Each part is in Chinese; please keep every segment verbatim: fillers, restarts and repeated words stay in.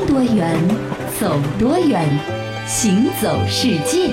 多远，走多远，行走世界。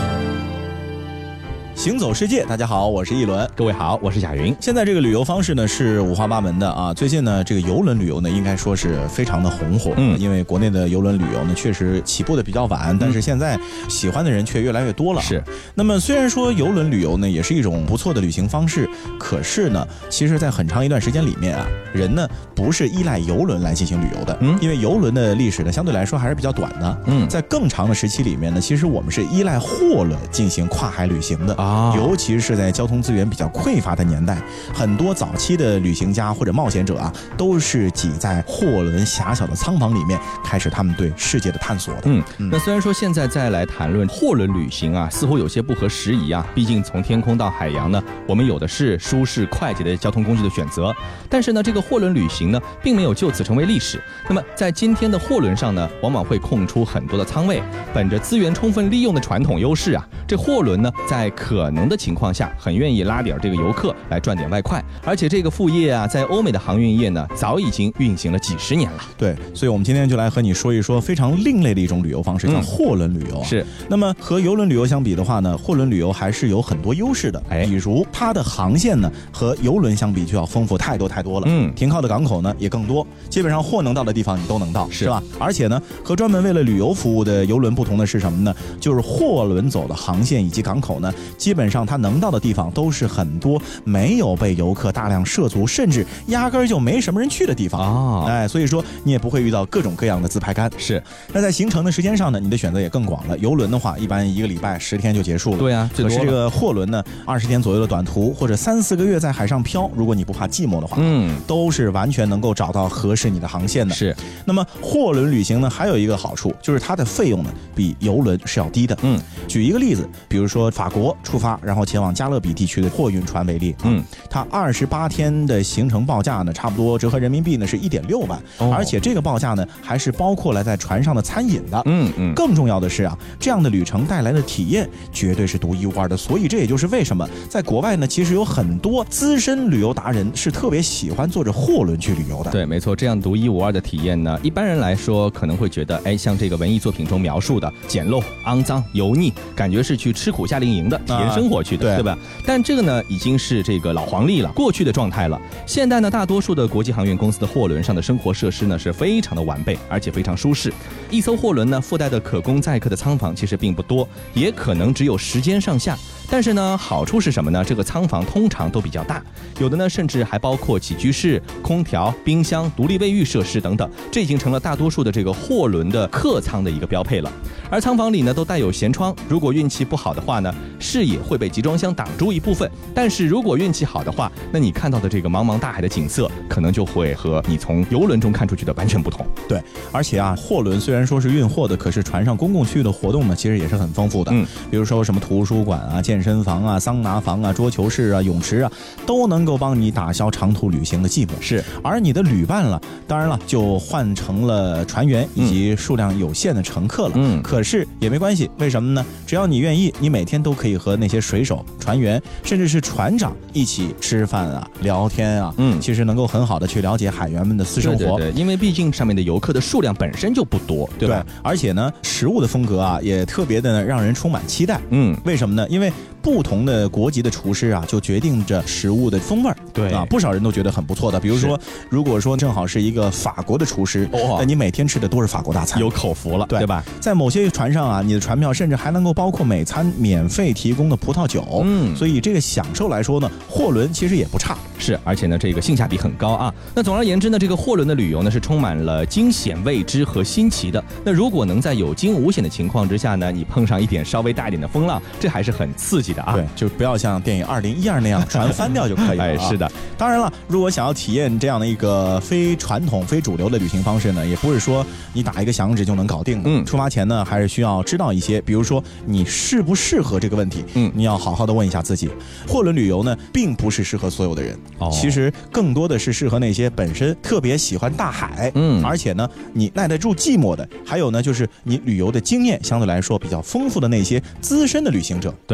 行走世界，大家好，我是一轮。 各位好，我是贾云。 现在这个旅游方式呢是五花八门的啊。最近呢，这个邮轮旅游呢，应该说是非常的红火。嗯，因为国内的邮轮旅游呢，确实起步的比较晚，但是现在喜欢的人却越来越多了。 是。 那么虽然说邮轮旅游呢也是一种不错的旅行方式，可是呢，其实在很长一段时间里面啊，人呢不是依赖邮轮来进行旅游的。嗯，因为邮轮的历史呢相对来说还是比较短的。嗯，在更长的时期里面呢，其实我们是依赖货轮进行跨海旅行的啊。尤其是在交通资源比较匮乏的年代，很多早期的旅行家或者冒险者啊，都是挤在货轮狭小的舱房里面，开始他们对世界的探索的。 嗯，那虽然说现在再来谈论货轮旅行啊，似乎有些不合时宜啊，毕竟从天空到海洋呢，我们有的是舒适快捷的交通工具的选择。但是呢，这个货轮旅行呢，并没有就此成为历史。那么在今天的货轮上呢，往往会空出很多的舱位，本着资源充分利用的传统优势啊，这货轮呢，在可能的情况下很愿意拉点这个游客来赚点外快，而且这个副业啊，在欧美的航运业呢，早已经运行了几十年了。 对，所以我们今天就来和你说一说非常另类的一种旅游方式，叫货轮旅游。 嗯、是。 那么和邮轮旅游相比的话呢，货轮旅游还是有很多优势的。哎，比如它的航线呢，和邮轮相比就要丰富太多太多了。嗯，停靠的港口呢也更多，基本上货能到的地方你都能到，是, 是吧？而且呢，和专门为了旅游服务的邮轮不同的是什么呢？就是货轮走的航线以及港口呢，基本上它能到的地方都是很多没有被游客大量涉足，甚至压根儿就没什么人去的地方啊、哦！哎，所以说你也不会遇到各种各样的自拍杆。 是。 那在行程的时间上呢，你的选择也更广了。邮轮的话，一般一个礼拜十天就结束了。 对啊， 可是这个货轮呢，二十天左右的短途，或者三四个月在海上漂，如果你不怕寂寞的话，嗯，都是完全能够找到合适你的航线的。 是。 那么货轮旅行呢，还有一个好处就是它的费用呢比邮轮是要低的。嗯，举一个例子，比如说法国出发，然后前往加勒比地区的货运船为例，嗯，它二十八天的行程报价呢，差不多折合人民币呢是一点六万，哦、而且这个报价呢还是包括了在船上的餐饮的，嗯嗯。更重要的是啊，这样的旅程带来的体验绝对是独一无二的，所以这也就是为什么在国外呢，其实有很多资深旅游达人是特别喜欢坐着货轮去旅游的。 对，没错，这样独一无二的体验呢，一般人来说可能会觉得，哎，像这个文艺作品中描述的简陋、肮脏、油腻，感觉是去吃苦夏令营的体验生活去的，啊、对, 对吧？但这个呢，已经是这个老黄历了，过去的状态了。现在呢，大多数的国际航运公司的货轮上的生活设施呢，是非常的完备，而且非常舒适。一艘货轮呢，附带的可供载客的舱房其实并不多，也可能只有十间上下。但是呢，好处是什么呢？这个舱房通常都比较大，有的呢甚至还包括起居室、空调、冰箱、独立卫浴设施等等，这已经成了大多数的这个货轮的客舱的一个标配了。而舱房里呢都带有舷窗，如果运气不好的话呢，视野会被集装箱挡住一部分，但是如果运气好的话，那你看到的这个茫茫大海的景色，可能就会和你从邮轮中看出去的完全不同。 对，而且啊，货轮虽然说是运货的，可是船上公共区域的活动呢，其实也是很丰富的。嗯，比如说什么图书馆啊、健身房啊、桑拿房啊、桌球室啊、泳池啊，都能够帮你打消长途旅行的寂寞。 是， 而你的旅伴了，当然了，就换成了船员以及数量有限的乘客了。嗯，可是也没关系，为什么呢？只要你愿意，你每天都可以和那些水手、船员，甚至是船长一起吃饭啊、聊天啊。嗯，其实能够很好的去了解海员们的私生活。 对对对，因为毕竟上面的游客的数量本身就不多，对吧？ 对，而且呢，食物的风格啊，也特别的让人充满期待。嗯，为什么呢？因为不同的国籍的厨师啊，就决定着食物的风味。 对啊，不少人都觉得很不错的。比如说，如果说正好是一个法国的厨师，哦、那你每天吃的都是法国大餐， 有口福了， 对, 对吧？ 在某些船上啊，你的船票甚至还能够包括每餐免费提供的葡萄酒。嗯，所以这个享受来说呢，货轮其实也不差。 是，而且呢，这个性价比很高啊。那总而言之呢，这个货轮的旅游呢，是充满了惊险、未知和新奇的。那如果能在有惊无险的情况之下呢，你碰上一点稍微大一点的风浪，这还是很刺激的啊。 对，就不要像电影二零一二那样船翻掉就可以了、啊。 哎，是的。 当然了，如果想要体验这样的一个非传统、非主流的旅行方式呢，也不是说你打一个响指就能搞定的。嗯，出发前呢，还是需要知道一些，比如说你适不适合这个问题。嗯，你要好好的问一下自己。货轮旅游呢，并不是适合所有的人。哦，其实更多的是适合那些本身特别喜欢大海，嗯，而且呢，你耐得住寂寞的，还有呢，就是你旅游的经验相对来说比较丰富的那些资深的旅行者。 对，没错。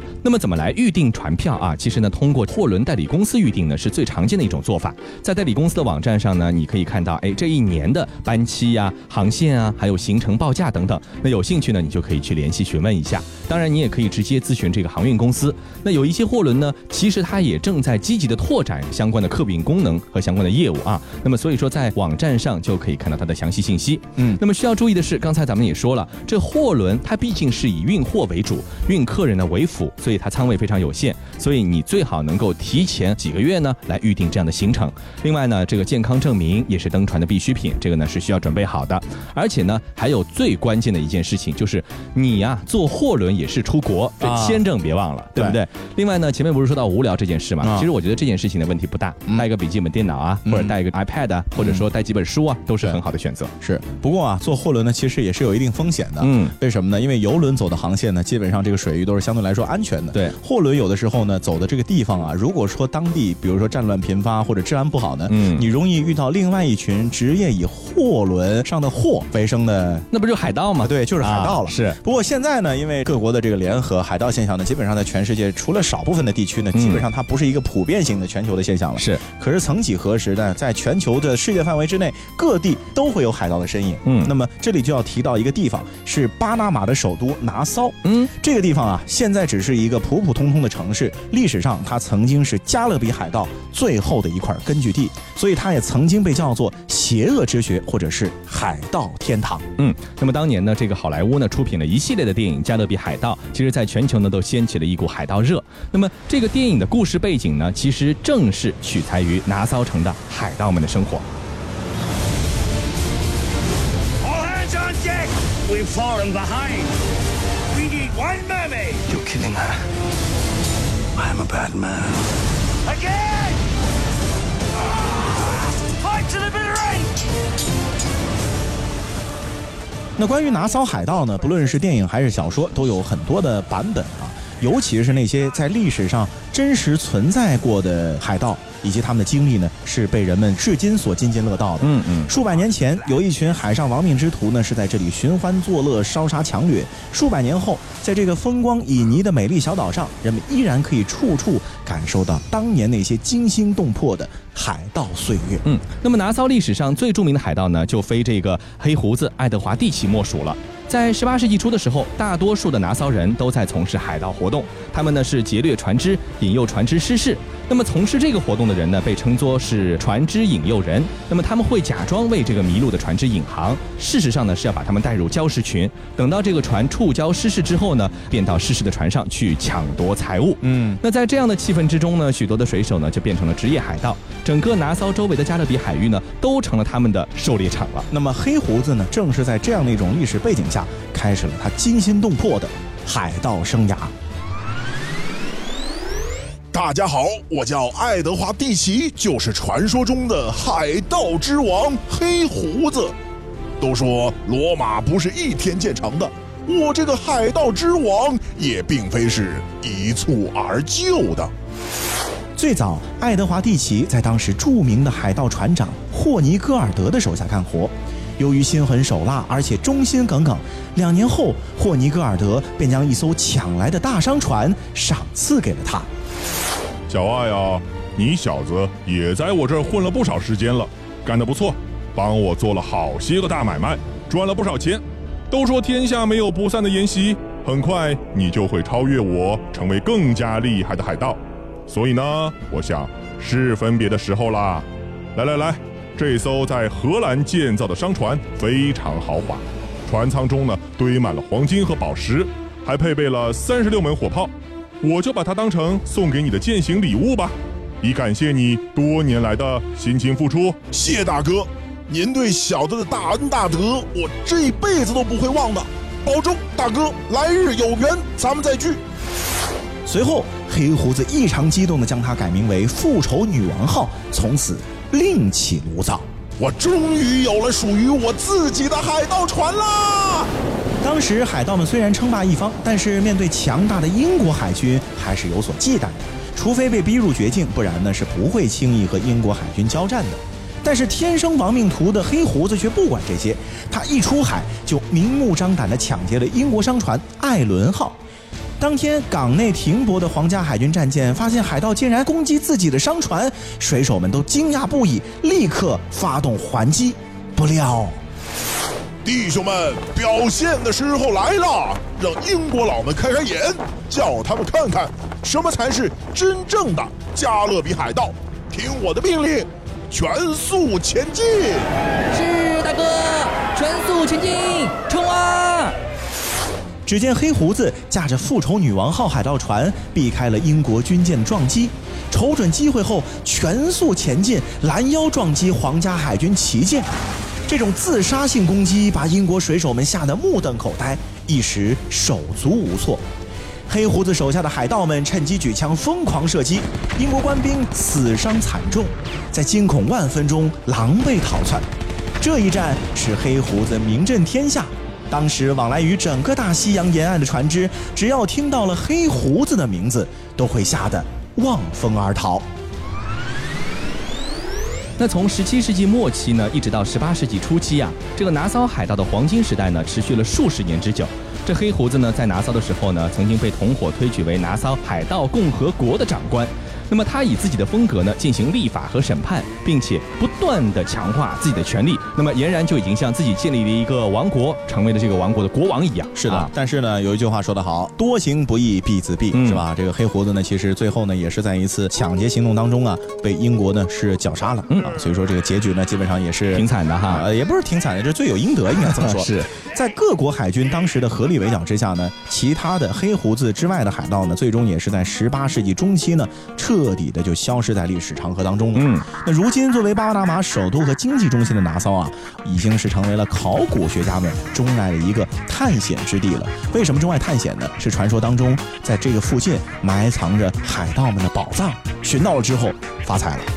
那么怎么来预订船票啊？其实呢，通过货轮代理公司预订呢是最常见的一种做法。在代理公司的网站上呢，你可以看到，哎，这一年的班期啊、航线啊，还有行程报价等等。那有兴趣呢，你就可以去联系询问一下。当然，你也可以直接咨询这个航运公司。那有一些货轮呢，其实它也正在积极的拓展相关的客运功能和相关的业务啊。那么所以说，在网站上就可以看到它的详细信息。嗯，那么需要注意的是，刚才咱们也说了，这货轮它毕竟是以运货为主，运客人呢为辅，所以它仓位非常有限，所以你最好能够提前几个月呢来预定这样的行程。另外呢，这个健康证明也是登船的必需品，这个呢是需要准备好的。而且呢，还有最关键的一件事情，就是你呀、啊、坐货轮也是出国，这签证别忘了，啊、对不对？对。另外呢，前面不是说到无聊这件事嘛、啊？其实我觉得这件事情的问题不大，带一个笔记本电脑啊，嗯、或者带一个 iPad 啊，或者说带几本书啊，都是很好的选择。 是。不过啊，坐货轮呢，其实也是有一定风险的。嗯。为什么呢？因为游轮走的航线呢，基本上这个水域都是相对来说安全的。 对。 货轮有的时候呢，走的这个地方啊，如果说当地比如说战乱频发或者治安不好呢，嗯，你容易遇到另外一群职业以货轮上的货为生的， 那不就海盗吗？ 啊、对，就是海盗了、啊。 是。 不过现在呢，因为各国的这个联合，海盗现象呢，基本上在全世界除了少部分的地区呢，基本上它不是一个普遍性的全球的现象了。 是。 可是曾几何时呢，在全球的世界范围之内，各地都会有海盗的身影。嗯。那么这里就要提到一个地方，是巴拿马的首都拿骚。嗯。这个地方啊，现在只是一个普普通通的城市，历史上它曾经是加勒比海盗最后的一块根据地，所以它也曾经被叫做邪恶之穴或者是海盗天堂。 嗯，那么当年呢，这个好莱坞呢出品了一系列的电影《加勒比海盗》，其实在全球呢都掀起了一股海盗热。那么这个电影的故事背景呢，其实正是取材于拿骚城的海盗们的生活。 All hands on deck! We've fallen behind. We need one mermaid. You're killing her. I am a bad man. Again! Fight to the bitter end! 那关于拿骚海盗呢，不论是电影还是小说，都有很多的版本啊。尤其是那些在历史上真实存在过的海盗，以及他们的经历呢，是被人们至今所津津乐道的。嗯嗯，数百年前，有一群海上亡命之徒呢，是在这里寻欢作乐、烧杀抢掠。数百年后，在这个风光旖旎的美丽小岛上，人们依然可以处处感受到当年那些惊心动魄的海盗岁月。 嗯，那么拿骚历史上最著名的海盗呢，就非这个黑胡子爱德华蒂奇莫属了。在十八世纪初的时候，大多数的拿骚人都在从事海盗活动，他们呢是劫掠船只，引诱船只失事。那么从事这个活动的人呢，被称作是船只引诱人。那么他们会假装为这个迷路的船只引航，事实上呢是要把他们带入礁石群，等到这个船触礁失事之后呢，便到失事的船上去抢夺财物。嗯，那在这样的气氛之中呢，许多的水手呢就变成了职业海盗，整个拿骚周围的加勒比海域呢都成了他们的狩猎场了。 那么黑胡子呢，正是在这样的一种历史背景下，开始了他惊心动魄的海盗生涯。 大家好，我叫爱德华蒂奇，就是传说中的海盗之王黑胡子。都说罗马不是一天建成的，我这个海盗之王也并非是一蹴而就的。 最早，爱德华蒂奇在当时著名的海盗船长霍尼戈尔德的手下干活。由于心狠手辣，而且忠心耿耿，两年后，霍尼戈尔德便将一艘抢来的大商船赏赐给了他。 小爱啊，你小子也在我这儿混了不少时间了，干得不错，帮我做了好些个大买卖，赚了不少钱。都说天下没有不散的筵席，很快你就会超越我，成为更加厉害的海盗。所以呢，我想是分别的时候啦。来来来，这艘在荷兰建造的商船非常豪华，船舱中呢堆满了黄金和宝石，还配备了三十六门火炮。我就把它当成送给你的践行礼物吧，以感谢你多年来的辛勤付出。谢大哥，您对小的的大恩大德，我这辈子都不会忘的。保重，大哥，来日有缘，咱们再聚。 随后，黑胡子异常激动地将它改名为复仇女王号，从此另起炉灶。 我终于有了属于我自己的海盗船啦！ 当时海盗们虽然称霸一方，但是面对强大的英国海军还是有所忌惮的，除非被逼入绝境，不然呢是不会轻易和英国海军交战的。但是天生亡命徒的黑胡子却不管这些，他一出海就明目张胆地抢劫了英国商船艾伦号。 当天港内停泊的皇家海军战舰发现海盗竟然攻击自己的商船，水手们都惊讶不已，立刻发动还击。不料， 弟兄们，表现的时候来了，让英国佬们开开眼，叫他们看看什么才是真正的加勒比海盗。听我的命令，全速前进！ 是大哥，全速前进，冲啊！ 只见黑胡子驾着复仇女王号海盗船避开了英国军舰的撞击，瞅准机会后全速前进，拦腰撞击皇家海军旗舰。这种自杀性攻击把英国水手们吓得目瞪口呆，一时手足无措。黑胡子手下的海盗们趁机举枪疯狂射击，英国官兵死伤惨重，在惊恐万分中狼狈逃窜。这一战使黑胡子名震天下，当时往来于整个大西洋沿岸的船只，只要听到了黑胡子的名字，都会吓得望风而逃。 那从十七世纪末期呢，一直到十八世纪初期啊，这个拿骚海盗的黄金时代呢，持续了数十年之久。这黑胡子呢，在拿骚的时候呢，曾经被同伙推举为拿骚海盗共和国的长官。那么他以自己的风格呢进行立法和审判，并且不断的强化自己的权力，那么俨然就已经像自己建立了一个王国，成为了这个王国的国王一样。 是的， 啊、 但是呢，有一句话说得好，多行不义必自毙，嗯、是吧？这个黑胡子呢，其实最后呢，也是在一次抢劫行动当中啊，被英国呢是绞杀了、嗯、啊，所以说这个结局呢，基本上也是挺惨的哈， 呃，也不是挺惨的，这罪有应得，应该这么说。 是在各国海军当时的合力围剿之下呢，其他的黑胡子之外的海盗呢，最终也是在十八世纪中期呢，彻底的就消失在历史长河当中了。嗯，那如今作为巴拿马首都和经济中心的拿骚啊，已经是成为了考古学家们钟爱的一个探险之地了。为什么钟爱探险呢？是传说当中，在这个附近埋藏着海盗们的宝藏，寻到了之后发财了。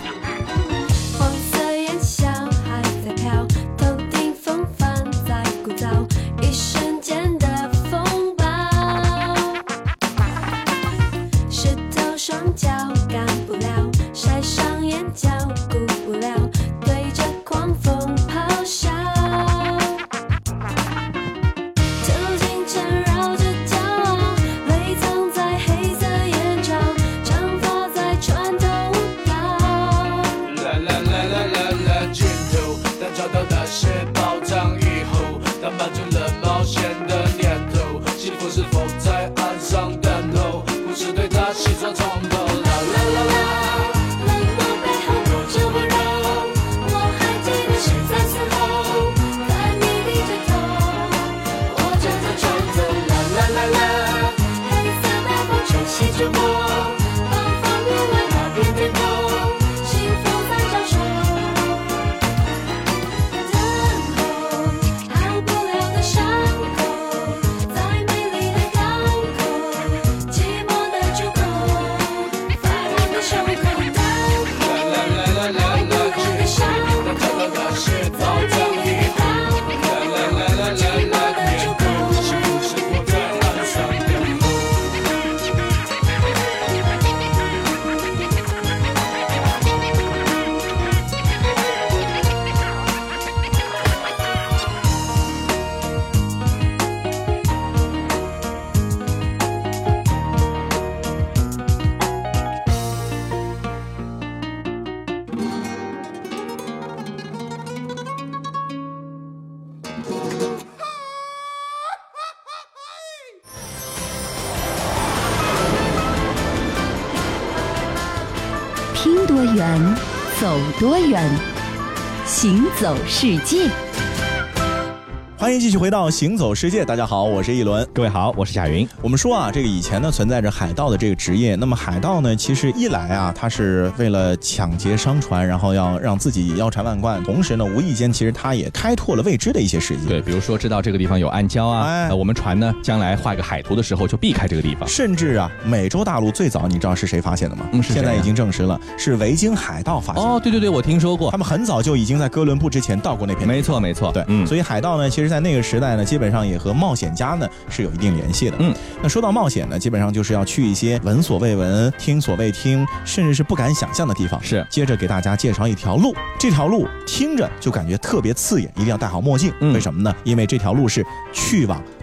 拼多远，走多远，行走世界。 欢迎继续回到行走世界，大家好，我是一轮。 各位好，我是贾云。 我们说啊，这个以前呢存在着海盗的这个职业，那么海盗呢，其实一来啊，他是为了抢劫商船，然后要让自己腰缠万贯，同时呢，无意间其实他也开拓了未知的一些世界。 对，比如说知道这个地方有暗礁啊，哎、呃，我们船呢将来画个海图的时候就避开这个地方。 甚至啊，美洲大陆最早你知道是谁发现的吗？ 嗯，是谁啊？ 现在已经证实了，是维京海盗发现的。 哦，对对对，我听说过， 他们很早就已经在哥伦布之前到过那片。 没错没错， 对，嗯，所以海盗呢，其实在那个时代呢，基本上也和冒险家呢是有一定联系的。嗯，那说到冒险呢，基本上就是要去一些闻所未闻、听所未听，甚至是不敢想象的地方。 是， 接着给大家介绍一条路，这条路听着就感觉特别刺眼，一定要戴好墨镜。嗯，为什么呢？因为这条路是去往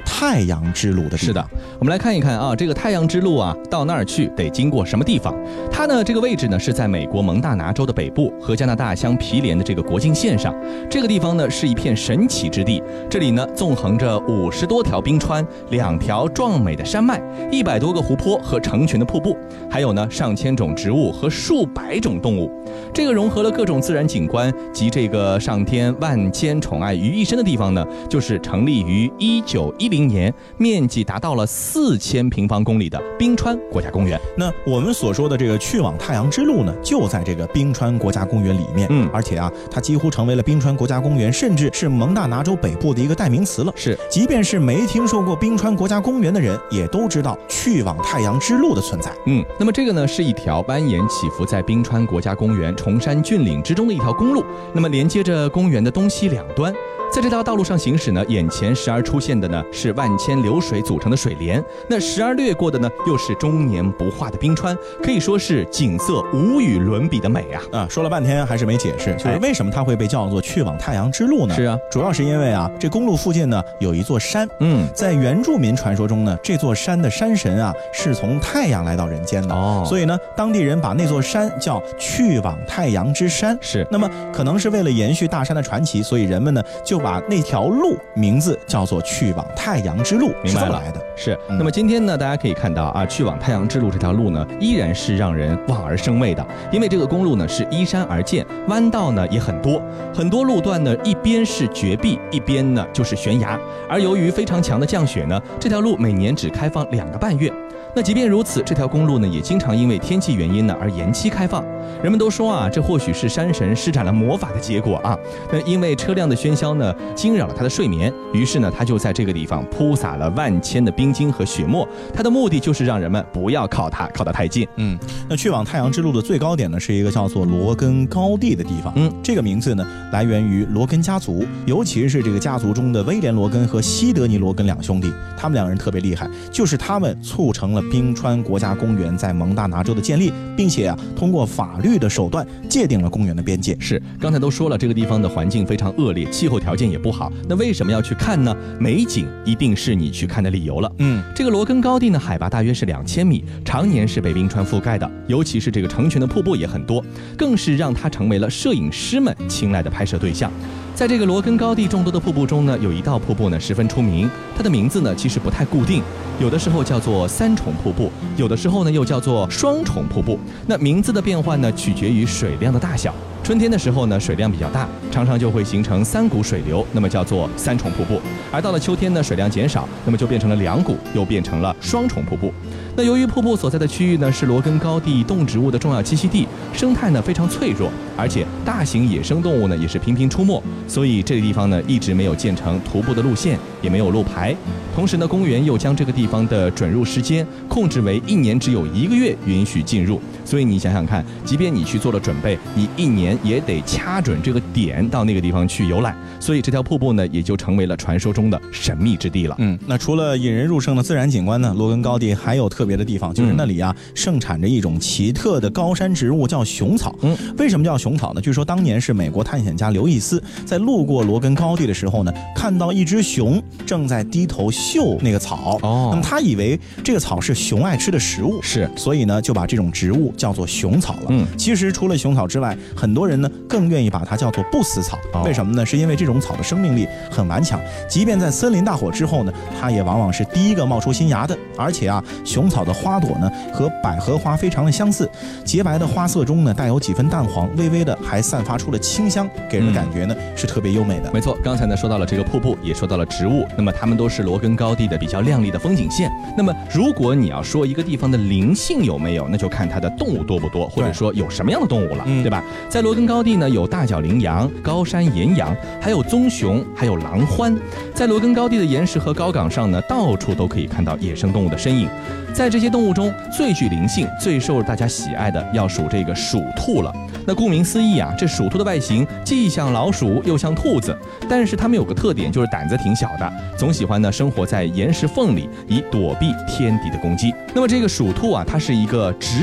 太阳之路的地方。 是的，我们来看一看啊，这个太阳之路啊，到那儿去得经过什么地方？它呢，这个位置呢是在美国蒙大拿州的北部，和加拿大相毗连的这个国境线上。这个地方呢是一片神奇之地，这里呢纵横着五十多条冰川，两条壮美的山脉，一百多个湖泊和成群的瀑布，还有呢上千种植物和数百种动物。这个融合了各种自然景观及这个上天万千宠爱于一身的地方呢，就是成立于一九一零年，面积达到了四千平方公里的冰川国家公园。 那我们所说的这个去往太阳之路呢，就在这个冰川国家公园里面。嗯，而且啊，它几乎成为了冰川国家公园，甚至是蒙大拿州北部的一个代名词了。 是， 即便是没听说过冰川国家公园的人，也都知道去往太阳之路的存在。 嗯，那么这个呢，是一条蜿蜒起伏在冰川国家公园崇山峻岭之中的一条公路，那么连接着公园的东西两端。在这条道路上行驶呢，眼前时而出现的呢是万千流水组成的水帘，那时而掠过的呢又是终年不化的冰川，可以说是景色无与伦比的美啊！ 啊，说了半天还是没解释，就是为什么它会被叫做去往太阳之路呢？ 是啊， 主要是因为啊，这公路附近呢有一座山，嗯，在原住民传说中呢，这座山的山神啊是从太阳来到人间的，哦，所以呢，当地人把那座山叫去往太阳之山。 是， 那么可能是为了延续大山的传奇，所以人们呢就把那条路名字叫做去往太阳之路， 明白了， 是这么来的。 是，嗯、那么今天呢，大家可以看到啊，去往太阳之路这条路呢，依然是让人望而生畏的，因为这个公路呢是依山而建，弯道呢也很多，很多路段呢一边是绝壁，一边呢就是悬崖，而由于非常强的降雪呢，这条路每年只开放两个半月。那即便如此，这条公路呢也经常因为天气原因呢而延期开放。人们都说啊，这或许是山神施展了魔法的结果啊。那因为车辆的喧嚣呢惊扰了他的睡眠，于是呢他就在这个地方铺洒了万千的冰晶和雪沫，他的目的就是让人们不要靠它靠得太近。 嗯，那去往太阳之路的最高点呢是一个叫做罗根高地的地方。嗯，这个名字呢来源于罗根家族，尤其是这个家族中的威廉罗根和西德尼罗根两兄弟，他们两人特别厉害，就是他们促成了冰川国家公园在蒙大拿州的建立，并且啊通过法律的手段界定了公园的边界。 是，刚才都说了，这个地方的环境非常恶劣，气候条件也不好，那为什么要去看呢？美景一定是你去看的理由了。嗯，这个罗根高地呢海拔大约是两千米，常年是被冰川覆盖的，尤其是这个成群的瀑布也很多，更是让它成为了摄影师们青睐的拍摄对象。在这个罗根高地众多的瀑布中呢，有一道瀑布呢十分出名，它的名字呢其实不太固定，有的时候叫做三重瀑布，有的时候呢又叫做双重瀑布。那名字的变换呢取决于水量的大小，春天的时候呢水量比较大，常常就会形成三股水流，那么叫做三重瀑布。而到了秋天呢水量减少，那么就变成了两股，又变成了双重瀑布。那由于瀑布所在的区域呢是罗根高地动植物的重要栖息地，生态呢非常脆弱，而且大型野生动物呢也是频频出没，所以这个地方呢一直没有建成徒步的路线，也没有路牌。同时呢，公园又将这个地方的准入时间控制为一年只有一个月允许进入，所以你想想看，即便你去做了准备，你一年也得掐准这个点到那个地方去游览，所以这条瀑布呢也就成为了传说中的神秘之地了。 嗯，那除了引人入胜的自然景观呢，罗根高地还有特别的地方，就是那里啊、嗯、盛产着一种奇特的高山植物，叫熊草。嗯，为什么叫熊草呢？据说当年是美国探险家刘易斯在路过罗根高地的时候呢，看到一只熊正在低头嗅那个草。哦，那么他以为这个草是熊爱吃的食物， 是， 所以呢就把这种植物叫做熊草了。嗯，其实除了熊草之外，很多人呢更愿意把它叫做不死草。哦、为什么呢？是因为这种草的生命力很顽强，即便在森林大火之后呢，它也往往是第一个冒出新芽的。而且啊，熊草的花朵呢和百合花非常的相似，洁白的花色中呢带有几分淡黄，微微的还散发出了清香，给人的感觉呢、嗯、是特别优美的。 没错，刚才呢说到了这个瀑布，也说到了植物，那么它们都是罗根高地的比较亮丽的风景线。那么如果你要说一个地方的灵性有没有，那就看它的动物多不多，或者说有什么样的动物了， 对,、嗯、对吧？在罗根高地呢，有大角羚羊、高山岩羊，还有棕熊，还有狼獾。在罗根高地的岩石和高岗上呢，到处都可以看到野生动物的身影。在这些动物中，最具灵性、最受大家喜爱的要数这个鼠兔了。那顾名思义啊，这鼠兔的外形既像老鼠又像兔子，但是它们有个特点，就是胆子挺小的，总喜欢呢生活在岩石缝里，以躲避天敌的攻击。那么这个鼠兔啊，它是一个植食性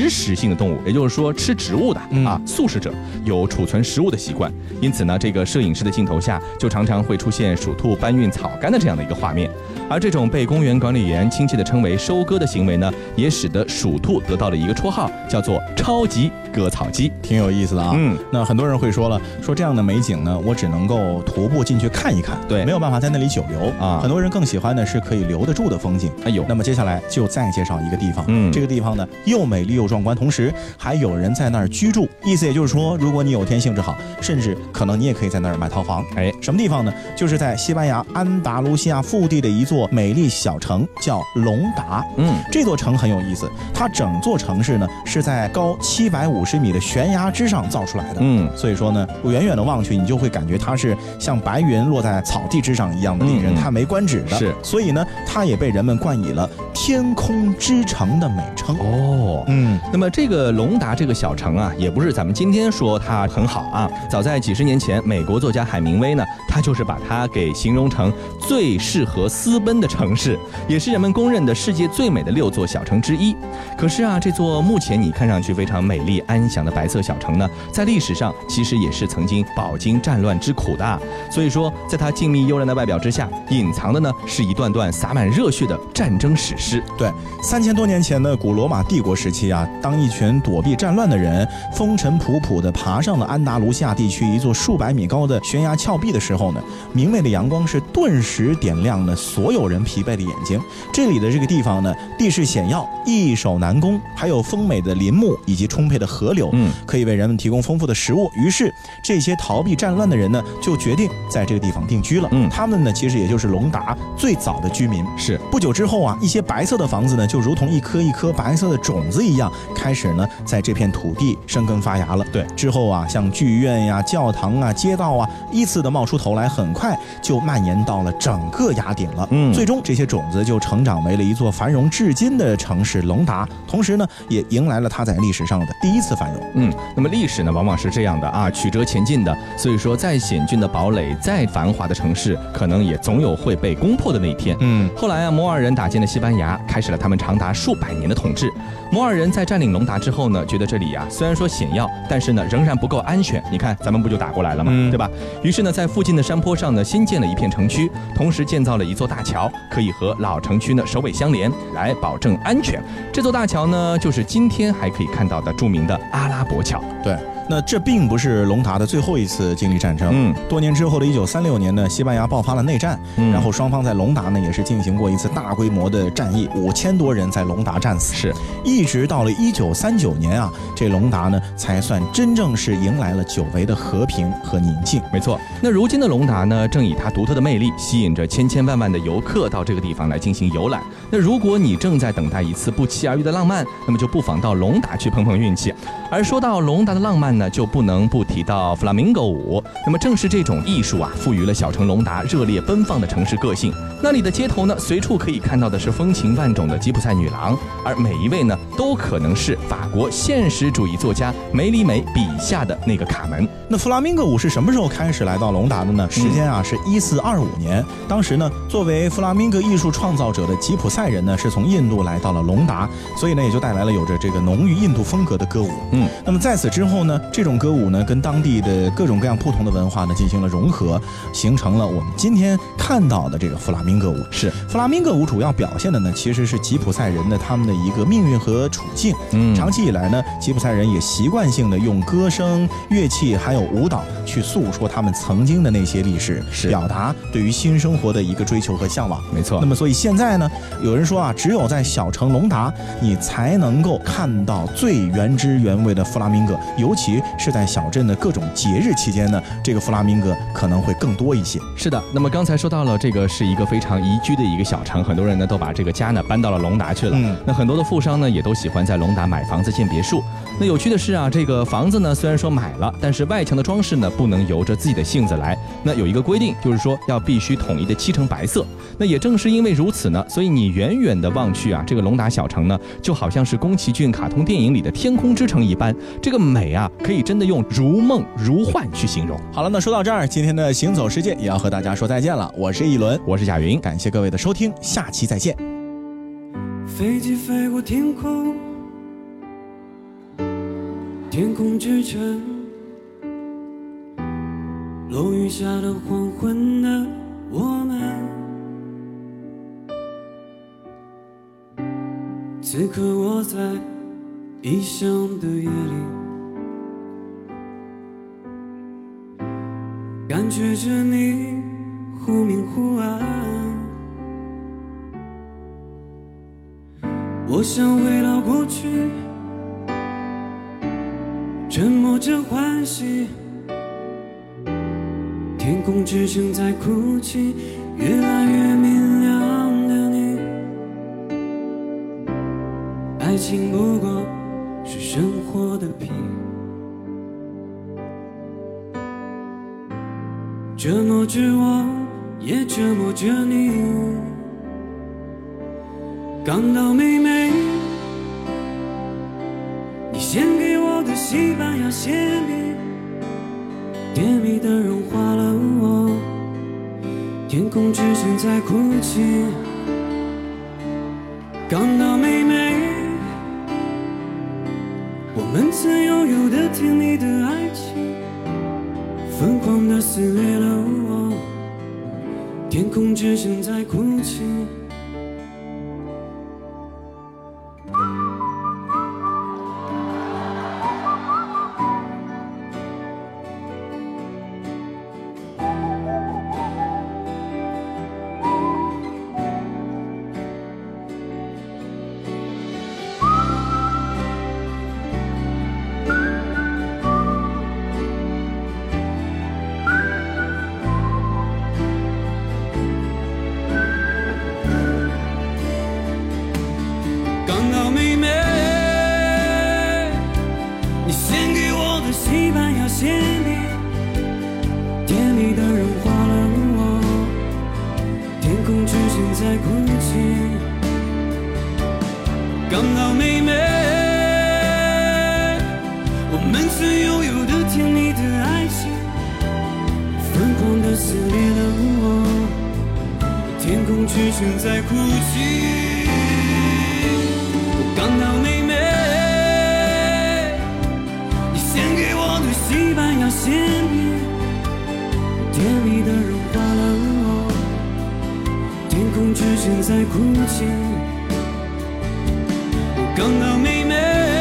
性的动物，也就是说吃植物的、嗯、啊，素食者，有储存食物的习惯。因此呢，这个摄影师的镜头下就常常会出现鼠兔搬运草干的这样的一个画面。而这种被公园管理员亲切地称为收割的行为呢，也使得鼠兔得到了一个绰号，叫做超级割草机。 挺有意思的啊。嗯，那很多人会说了，说这样的美景呢，我只能够徒步进去看一看， 对， 没有办法在那里久留啊。 很多人更喜欢的是可以留得住的风景。 哎呦， 那么接下来就再介绍一个地方， 嗯， 这个地方呢又美丽又壮观，同时还有人在那儿居住。意思也就是说，如果你有天兴致好，甚至可能你也可以在那儿买套房。 哎， 什么地方呢？就是在西班牙安达卢西亚腹地的一座美丽小城，叫隆达。 嗯， 这座城很有意思，它整座城市呢是在高七百五十米的悬崖之上造出来的。 嗯， 所以说呢，远远的望去，你就会感觉它是像白云落在草地之上一样的令人叹为观止的。 是， 所以呢，它也被人们冠以了天空之城的美称。 哦， 嗯， 那么这个隆达这个小城啊，也不是咱们今天说它很好啊。早在几十年前，美国作家海明威呢，他就是把它给形容成最适合私奔的城市，也是人们公认的世界最美的六座小城之一。可是啊，这座目前你看上去非常美丽安详的白色小城呢，在历史上其实也是曾经饱经战乱之苦的。所以说，在它静谧悠然的外表之下，隐藏的呢是一段段洒满热血的战争史诗。 对，三千多年前的古罗马帝国时期啊，当一群躲避战乱的人风尘仆仆地爬上了安达卢西亚地区一座数百米高的悬崖峭壁的时候呢，明媚的阳光是顿时点亮了所有人疲惫的眼睛。这里的这个地方呢，地势险要，易守难攻，还有丰美的林木以及充沛的河流， 嗯， 可以为人们提供丰富的食物。于是这些逃避战乱的人呢，就决定在这个地方定居了。 嗯， 他们呢，其实也就是隆达最早的居民。 是， 不久之后啊，一些白色的房子呢，就如同一颗一颗白色的种子一样，开始呢在这片土地生根发芽了。 对， 之后啊，像剧院呀、教堂啊、街道啊，依次的冒出头来，很快就蔓延到了整个雅典了。 嗯， 最终这些种子就成长为了一座繁荣至今的城市隆达，同时呢，也迎来了它在历史上的第一次繁荣。 嗯，那么历史呢，往往是这样的啊，曲折前进的。所以说，再险峻的堡垒，再繁华的城市，可能也总有会被攻破的那一天。 嗯， 后来啊，摩尔人打进了西班牙，开始了他们长达数百年的统治。摩尔人在占领隆达之后呢，觉得这里啊虽然说险要，但是呢仍然不够安全。你看，咱们不就打过来了吗？ 嗯、 对吧？于是呢，在附近的山坡上呢，新建了一片城区，同时建造了一座大桥，可以和老城区呢首尾相连，来保证安全。这座大桥呢，就是今天还可以看到的著名的阿拉伯桥。 对。那这并不是隆达的最后一次经历战争。 嗯， 多年之后的一九三六年呢，西班牙爆发了内战， 嗯、 然后双方在隆达呢也是进行过一次大规模的战役，五千多人在隆达战死。 是， 一直到了一九三九年啊，这隆达呢才算真正是迎来了久违的和平和宁静。 没错，那如今的隆达呢，正以它独特的魅力吸引着千千万万的游客到这个地方来进行游览。那如果你正在等待一次不期而遇的浪漫，那么就不妨到隆达去碰碰运气。而说到隆达的浪漫呢，就不能不提到弗拉明戈舞。那么正是这种艺术啊，赋予了小城隆达热烈奔放的城市个性。那里的街头呢，随处可以看到的是风情万种的吉普赛女郎，而每一位呢，都可能是法国现实主义作家梅里美笔下的那个卡门。 那弗拉明戈舞是什么时候开始来到隆达的呢？时间啊是一四二五年。当时呢，作为弗拉明戈艺术创造者的吉普赛人呢，是从印度来到了隆达，所以呢，也就带来了有着这个浓郁印度风格的歌舞。 嗯， 那么在此之后呢，这种歌舞呢，跟当地的各种各样不同的文化呢进行了融合，形成了我们今天看到的这个弗拉明戈舞。 是， 弗拉明戈舞主要表现的呢，其实是吉普赛人的他们的一个命运和处境。 嗯， 长期以来呢，吉普赛人也习惯性的用歌声、乐器还有舞蹈去诉说他们曾经的那些历史， 是表达对于新生活的一个追求和向往。 没错。 那么所以现在呢，有人说啊，只有在小城隆达，你才能够看到最原汁原味的弗拉明戈，尤其是在小镇的各种节日期间呢，这个弗拉明戈可能会更多一些。 是的，那么刚才说到了这个是一个非常宜居的一个小城，很多人呢都把这个家呢搬到了隆达去了。 嗯， 那很多的富商呢也都喜欢在隆达买房子建别墅。那有趣的是啊，这个房子呢虽然说买了，但是外墙的装饰呢不能由着自己的性子来。那有一个规定，就是说要必须统一的漆成白色。那也正是因为如此呢，所以你远远的望去啊，这个隆达小城呢就好像是宫崎骏卡通电影里的天空之城一般，这个美啊可以真的用如梦如幻去形容。 好了，那说到这儿，今天的行走世界也要和大家说再见了。我是一轮， 我是贾云， 感谢各位的收听，下期再见。 飞机飞过天空， 天空之城，落雨下的黄昏的我们，此刻我在异乡的夜里，感觉着你忽明忽暗。我想回到过去，沉默着欢喜，天空之城在哭泣，越来越明亮的你。爱情不过是生活的皮，折磨着我，也折磨着你。港岛妹妹，你献给我的西班牙馅饼，甜蜜的融化了我。天空之城在哭泣，港岛妹妹，我们曾拥有的甜蜜的爱情，疯狂地撕裂了我。天空之城在哭泣。西班牙馅饼，甜蜜的融化了我。天空之城在哭泣，港岛妹妹，我们曾拥有的甜蜜的爱情，疯狂地撕裂了我。天空之城在哭泣，港岛妹妹。西班牙馅饼，甜蜜地融化了我。天空之城在哭泣，港岛妹妹，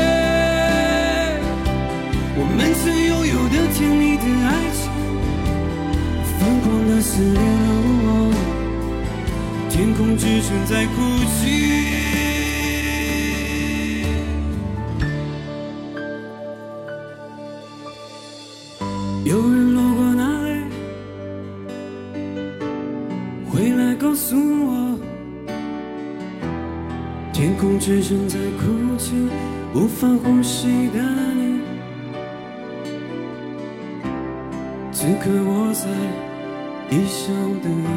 我们曾拥有的甜蜜的爱情，疯狂地撕裂了我。天空之城在哭泣。有人路过那里，回来告诉我，天空之城在哭泣，无法呼吸的你。此刻我在异乡的夜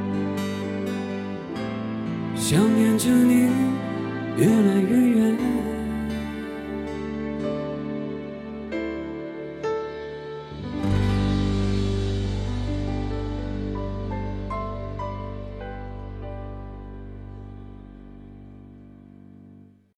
里，想念着你，越来越远。